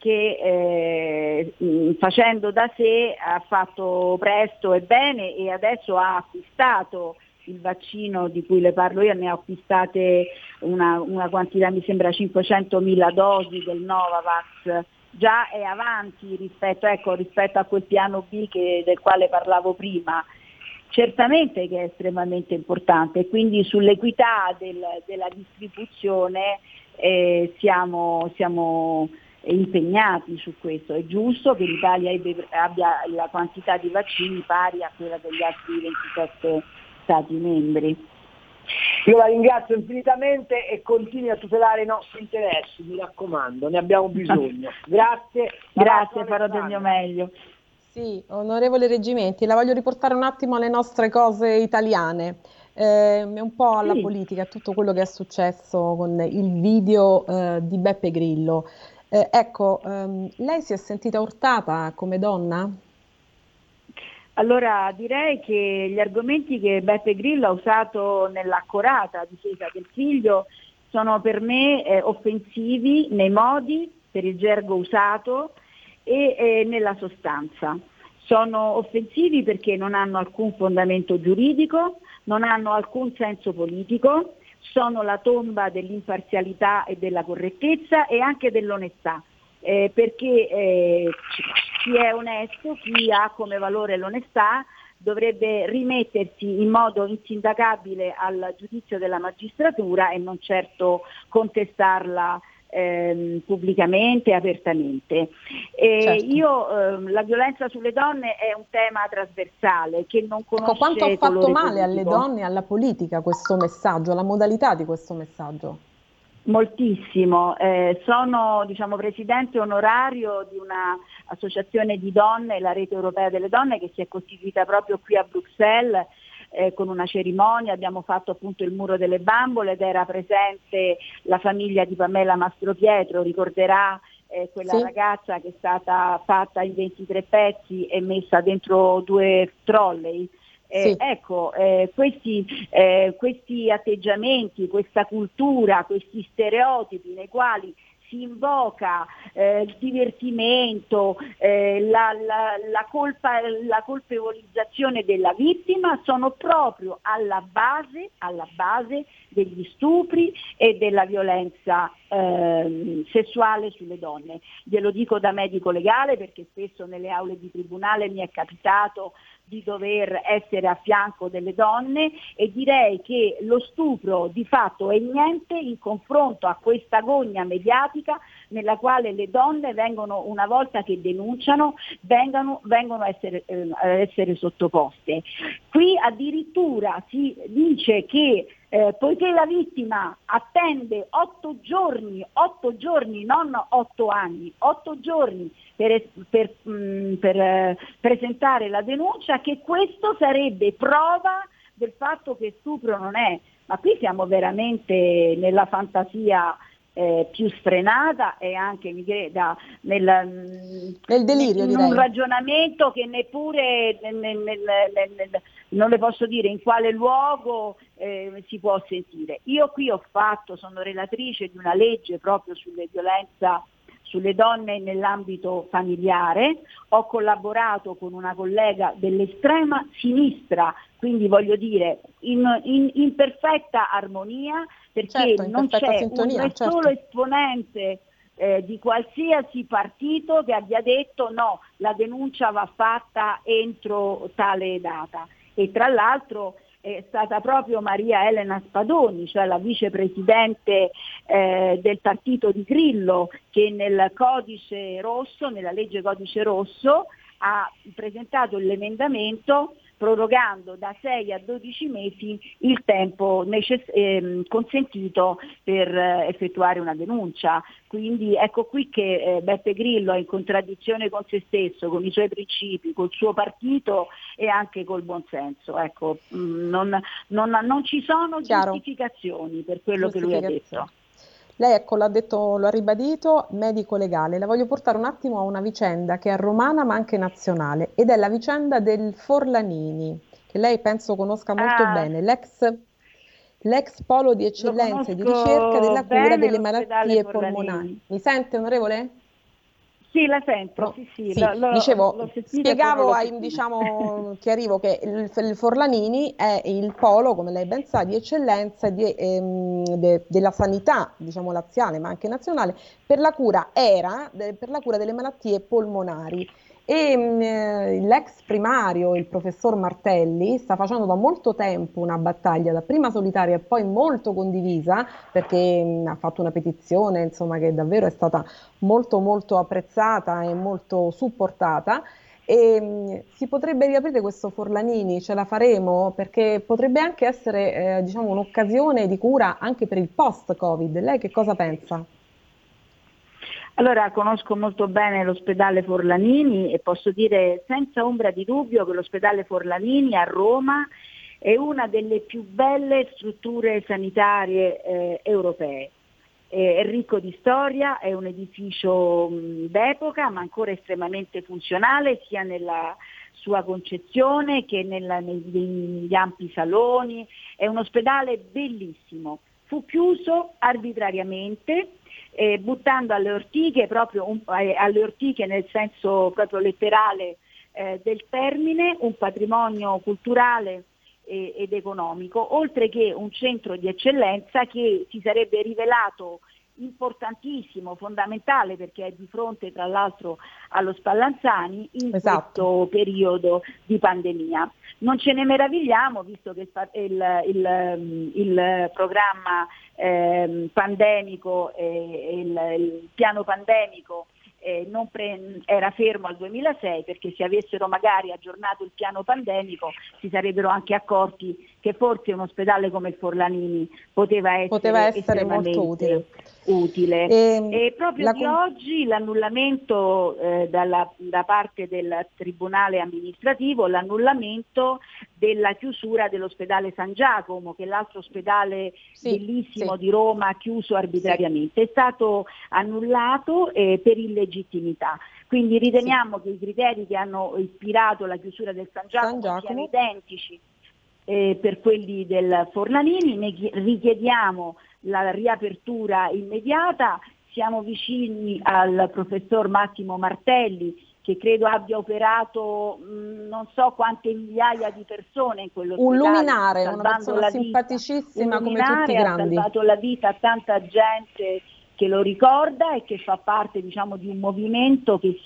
che facendo da sé ha fatto presto e bene e adesso ha acquistato il vaccino di cui le parlo io, ne ha acquistate una quantità, mi sembra 500.000 dosi del Novavax, già è avanti rispetto a quel piano B del quale parlavo prima. Certamente che è estremamente importante, quindi sull'equità della distribuzione siamo impegnati su questo. È giusto che l'Italia abbia la quantità di vaccini pari a quella degli altri 27 Stati membri. Io la ringrazio infinitamente e continui a tutelare i nostri interessi, mi raccomando, ne abbiamo bisogno. Grazie, farò del mio meglio. Sì, onorevole Reggimenti, la voglio riportare un attimo alle nostre cose italiane, un po' alla politica, a tutto quello che è successo con il video di Beppe Grillo. Lei si è sentita urtata come donna? Allora direi che gli argomenti che Beppe Grillo ha usato nell'accorata difesa del figlio sono per me offensivi nei modi, per il gergo usato e nella sostanza. Sono offensivi perché non hanno alcun fondamento giuridico, non hanno alcun senso politico, sono la tomba dell'imparzialità e della correttezza e anche dell'onestà. Perché chi è onesto, chi ha come valore l'onestà, dovrebbe rimettersi in modo insindacabile al giudizio della magistratura e non certo contestarla pubblicamente, apertamente. Certo. La violenza sulle donne è un tema trasversale che non conosce quanto ha fatto colore male alle politico. donne e alla politica questo messaggio, alla modalità di questo messaggio? Moltissimo, sono presidente onorario di una associazione di donne, la Rete Europea delle Donne, che si è costituita proprio qui a Bruxelles con una cerimonia. Abbiamo fatto appunto il Muro delle Bambole ed era presente la famiglia di Pamela Mastropietro, ricorderà quella ragazza che è stata fatta in 23 pezzi e messa dentro 2 trolley. Ecco, questi atteggiamenti, questa cultura, questi stereotipi nei quali si invoca il divertimento, la colpevolizzazione della vittima, sono proprio alla base degli stupri e della violenza sessuale sulle donne. Glielo dico da medico legale, perché spesso nelle aule di tribunale mi è capitato di dover essere a fianco delle donne, e direi che lo stupro di fatto è niente in confronto a questa gogna mediatica nella quale le donne vengono, una volta che denunciano, vengono a essere sottoposte. Qui addirittura si dice che poiché la vittima attende 8 giorni, non 8 anni, 8 giorni per presentare la denuncia, che questo sarebbe prova del fatto che stupro non è. Ma qui siamo veramente nella fantasia più sfrenata, e anche nel delirio, in direi. un ragionamento che neppure non le posso dire in quale luogo si può sentire. Io qui sono relatrice di una legge proprio sulle violenza sulle donne nell'ambito familiare, ho collaborato con una collega dell'estrema sinistra, quindi voglio dire in perfetta armonia, perché non c'è un solo esponente di qualsiasi partito che abbia detto no, la denuncia va fatta entro tale data. E tra l'altro è stata proprio Maria Elena Spadoni, cioè la vicepresidente del partito di Grillo, che nel codice rosso, nella legge codice rosso, ha presentato l'emendamento prorogando da 6 a 12 mesi il tempo consentito per effettuare una denuncia. Quindi ecco qui che Beppe Grillo è in contraddizione con se stesso, con i suoi principi, col suo partito e anche col buonsenso. Ecco, non ci sono giustificazioni per quello che lui ha detto. Lei ecco lo ha ribadito, medico legale. La voglio portare un attimo a una vicenda che è romana ma anche nazionale, ed è la vicenda del Forlanini, che lei penso conosca molto bene, l'ex polo di eccellenza e di ricerca della cura delle malattie polmonari. Mi sente, onorevole? Sì, la sento, no, sì. Dicevo, spiegavo, chiarivo che il Forlanini è il polo, come lei ben sa, di eccellenza della sanità, diciamo laziale, ma anche nazionale, per la cura delle malattie polmonari. E l'ex primario, il professor Martelli, sta facendo da molto tempo una battaglia, dapprima solitaria e poi molto condivisa, perché ha fatto una petizione, insomma, che davvero è stata molto molto apprezzata e molto supportata. E si potrebbe riaprire questo Forlanini, ce la faremo, perché potrebbe anche essere diciamo un'occasione di cura anche per il post-Covid. Lei che cosa pensa? Allora, conosco molto bene l'ospedale Forlanini e posso dire senza ombra di dubbio che l'ospedale Forlanini a Roma è una delle più belle strutture sanitarie europee. È ricco di storia, è un edificio d'epoca ma ancora estremamente funzionale sia nella sua concezione che negli ampi saloni. È un ospedale bellissimo. Fu chiuso arbitrariamente, buttando alle ortiche, alle ortiche nel senso proprio letterale del termine, un patrimonio culturale ed economico, oltre che un centro di eccellenza che si sarebbe rivelato importantissimo, fondamentale, perché è di fronte tra l'altro allo Spallanzani in questo periodo di pandemia. Non ce ne meravigliamo, visto che il programma pandemico e il piano pandemico era fermo al 2006, perché se avessero magari aggiornato il piano pandemico si sarebbero anche accorti che forse un ospedale come il Forlanini poteva essere molto utile. E proprio di oggi l'annullamento da parte del Tribunale amministrativo, l'annullamento della chiusura dell'ospedale San Giacomo, che è l'altro ospedale bellissimo di Roma, chiuso arbitrariamente. È stato annullato per illegittimità. Quindi riteniamo che i criteri che hanno ispirato la chiusura del San Giacomo siano identici per quelli del Forlanini. Ne richiediamo la riapertura immediata. Siamo vicini al professor Massimo Martelli, che credo abbia operato non so quante migliaia di persone in quello un luminare, una persona simpaticissima come tutti i grandi. Ha salvato la vita a tanta gente che lo ricorda e che fa parte, diciamo, di un movimento che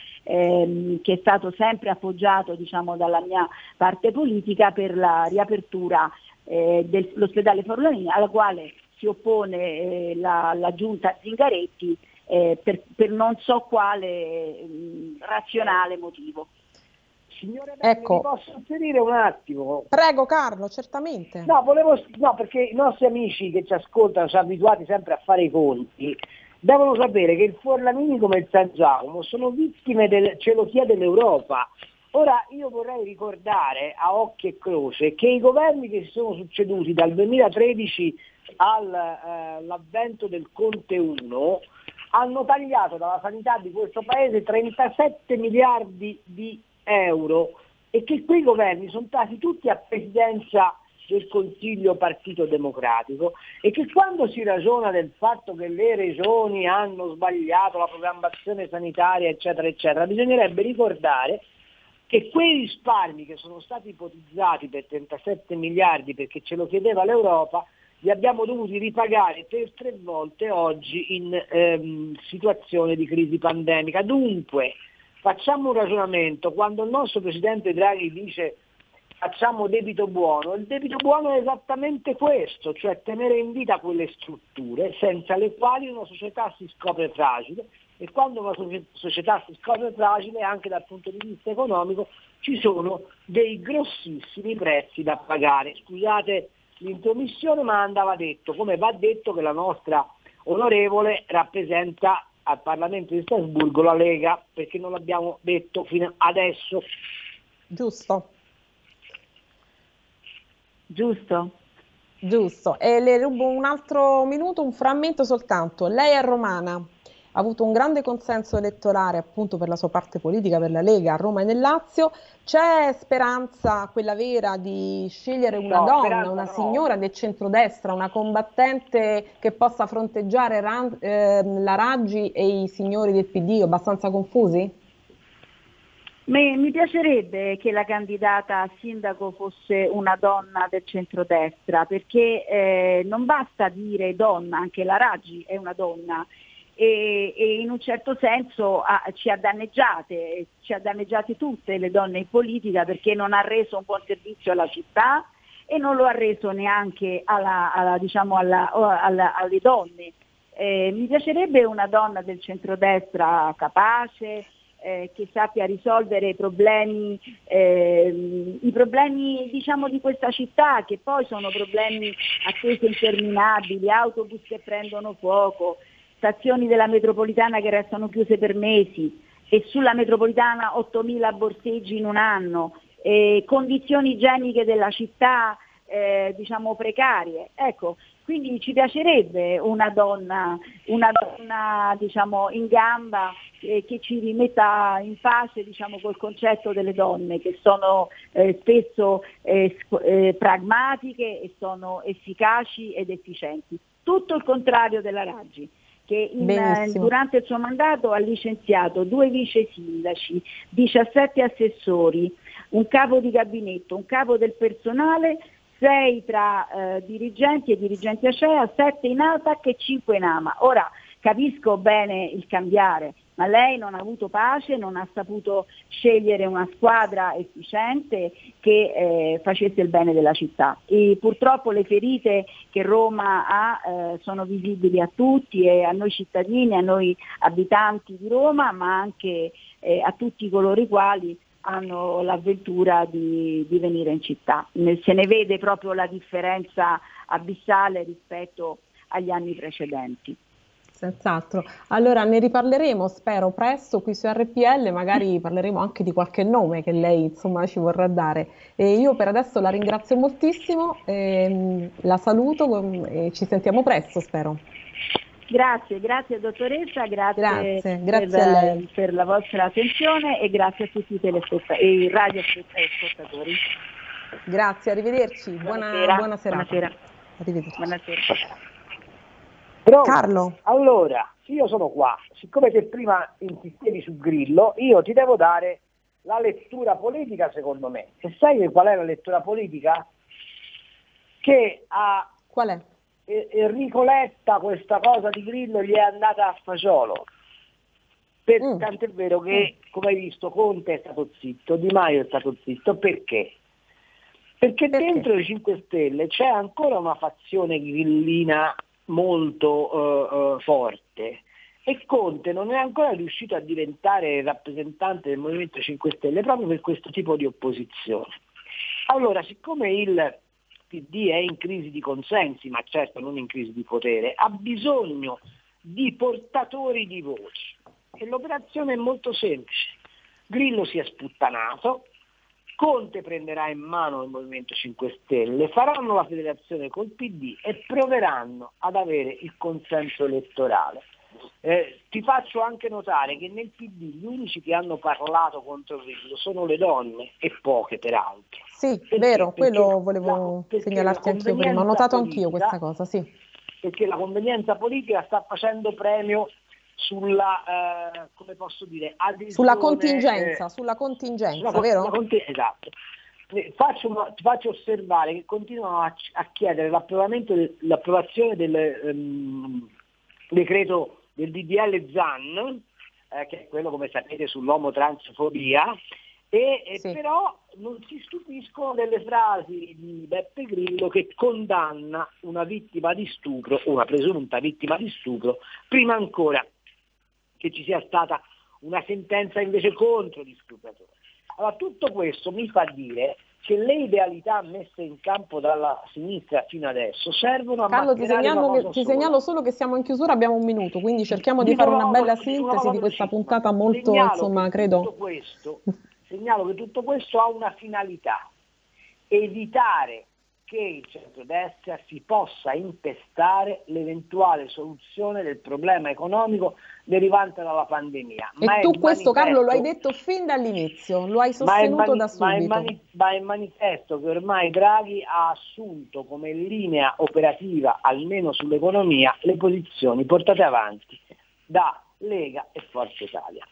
è stato sempre appoggiato, diciamo, dalla mia parte politica per la riapertura dell'ospedale Forlanini, alla quale si oppone la giunta Zingaretti per non so quale razionale motivo. Signore Belli, mi posso inserire un attimo? Prego Carlo, certamente. No, perché i nostri amici che ci ascoltano sono abituati sempre a fare i conti, devono sapere che il Forlanini come il San Giacomo sono vittime ce lo chiede l'Europa. Ora io vorrei ricordare a occhio e croce che i governi che si sono succeduti dal 2013 all'avvento del Conte 1 hanno tagliato dalla sanità di questo paese 37 miliardi di euro e che quei governi sono stati tutti a presidenza del Consiglio Partito Democratico e che quando si ragiona del fatto che le regioni hanno sbagliato la programmazione sanitaria eccetera eccetera, bisognerebbe ricordare che quei risparmi che sono stati ipotizzati per 37 miliardi perché ce lo chiedeva l'Europa li abbiamo dovuti ripagare per 3 volte oggi in situazione di crisi pandemica. Dunque facciamo un ragionamento: quando il nostro Presidente Draghi dice facciamo debito buono, il debito buono è esattamente questo, cioè tenere in vita quelle strutture senza le quali una società si scopre fragile, e quando una società si scopre fragile anche dal punto di vista economico ci sono dei grossissimi prezzi da pagare. Scusate l'intromissione, ma andava detto, come va detto che la nostra onorevole rappresenta al Parlamento di Strasburgo la Lega, perché non l'abbiamo detto fino adesso. Giusto. E le rubo un altro minuto, un frammento soltanto. Lei è romana, ha avuto un grande consenso elettorale appunto per la sua parte politica, per la Lega a Roma e nel Lazio. C'è speranza, quella vera, di scegliere una donna, una signora del centrodestra, una combattente che possa fronteggiare la Raggi e i signori del PD abbastanza confusi? Mi piacerebbe che la candidata a sindaco fosse una donna del centrodestra, perché non basta dire donna, anche la Raggi è una donna. E in un certo senso ci ha danneggiate tutte le donne in politica, perché non ha reso un buon servizio alla città e non lo ha reso neanche alle donne. Mi piacerebbe una donna del centrodestra capace, che sappia risolvere i problemi diciamo di questa città, che poi sono problemi attese interminabili, autobus che prendono fuoco, stazioni della metropolitana che restano chiuse per mesi, e sulla metropolitana 8.000 borseggi in un anno, condizioni igieniche della città diciamo precarie. Ecco, quindi ci piacerebbe una donna diciamo in gamba, che ci rimetta in pace, diciamo, col concetto delle donne, che sono spesso pragmatiche e sono efficaci ed efficienti. Tutto il contrario della Raggi, che durante il suo mandato ha licenziato 2 vice sindaci, 17 assessori, un capo di gabinetto, un capo del personale, 6 tra dirigenti e dirigenti ACEA, 7 in ATAC e 5 in AMA. Ora capisco bene il cambiare, ma lei non ha avuto pace, non ha saputo scegliere una squadra efficiente che facesse il bene della città. E purtroppo le ferite che Roma ha sono visibili a tutti, e a noi cittadini, a noi abitanti di Roma, ma anche a tutti coloro i quali hanno l'avventura di venire in città. Se ne vede proprio la differenza abissale rispetto agli anni precedenti. Senz'altro. Allora ne riparleremo, spero, presto qui su RPL, magari parleremo anche di qualche nome che lei insomma ci vorrà dare. E io per adesso la ringrazio moltissimo, la saluto e ci sentiamo presto, spero. Grazie dottoressa, grazie a lei per la vostra attenzione, e grazie a tutti i radioascoltatori. Grazie, arrivederci. Buona serata. Buonasera. Arrivederci. Buonasera. Pronto? Carlo. Allora, io sono qua. Siccome che prima insistevi su Grillo, io ti devo dare la lettura politica, secondo me. E sai qual è la lettura politica? Che a qual è? Enrico Letta questa cosa di Grillo gli è andata a fagiolo. Tanto è vero che, come hai visto, Conte è stato zitto, Di Maio è stato zitto. Perché? Perché dentro i 5 Stelle c'è ancora una fazione grillina molto forte, e Conte non è ancora riuscito a diventare rappresentante del Movimento 5 Stelle proprio per questo tipo di opposizione. Allora, siccome il PD è in crisi di consensi, ma certo non in crisi di potere, ha bisogno di portatori di voci, e l'operazione è molto semplice. Grillo si è sputtanato, Conte prenderà in mano il Movimento 5 Stelle, faranno la federazione col PD e proveranno ad avere il consenso elettorale. Ti faccio anche notare che nel PD gli unici che hanno parlato contro Grillo sono le donne, e poche peraltro. Sì, è vero, quello volevo segnalarti anch'io prima, ho notato anch'io questa cosa, sì. Perché la convenienza politica sta facendo premio sulla, come posso dire, adesione, sulla contingenza, vero? Esatto. Ti faccio osservare che continuano a chiedere l'approvazione del decreto del DDL Zan, che è quello, come sapete, sull'omotransfobia, sì. Però non si stupiscono delle frasi di Beppe Grillo che condanna una vittima di stupro, una presunta vittima di stupro, prima ancora che ci sia stata una sentenza invece contro gli stupratori. Allora, tutto questo mi fa dire che le idealità messe in campo dalla sinistra fino adesso servono a Carlo, ti segnalo solo che siamo in chiusura, abbiamo un minuto, quindi cerchiamo di fare una bella sintesi di questa puntata molto, credo. Segnalo che tutto questo ha una finalità: evitare che il centrodestra si possa impestare l'eventuale soluzione del problema economico derivante dalla pandemia. E tu questo, Carlo, lo hai detto fin dall'inizio, lo hai sostenuto da subito. Ma è manifesto che ormai Draghi ha assunto come linea operativa, almeno sull'economia, le posizioni portate avanti da Lega e Forza Italia.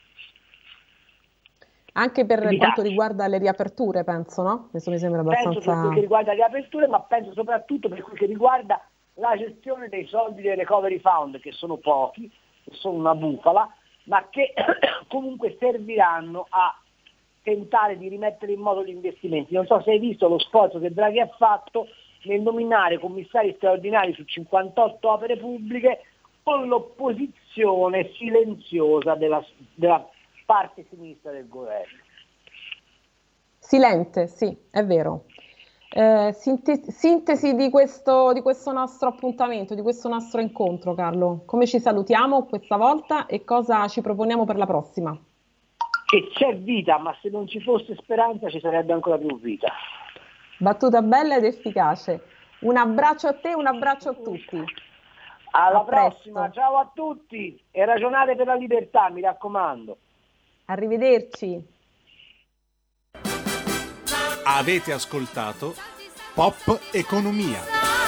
Anche per quanto riguarda le riaperture, penso, no? Questo mi sembra abbastanza... Penso per quel che riguarda le riaperture, ma penso soprattutto per quel che riguarda la gestione dei soldi del Recovery Fund, che sono pochi, che sono una bufala, ma che comunque serviranno a tentare di rimettere in moto gli investimenti. Non so se hai visto lo sforzo che Draghi ha fatto nel nominare commissari straordinari su 58 opere pubbliche, con l'opposizione silenziosa della parte sinistra del governo. Silente, sì, è vero. Sintesi di questo nostro appuntamento, di questo nostro incontro, Carlo. Come ci salutiamo questa volta e cosa ci proponiamo per la prossima? Che c'è vita, ma se non ci fosse speranza ci sarebbe ancora più vita. Battuta bella ed efficace. Un abbraccio a te, un abbraccio a tutti. Alla prossima, ciao a tutti e ragionate per la libertà, mi raccomando. Arrivederci. Avete ascoltato Pop Economia.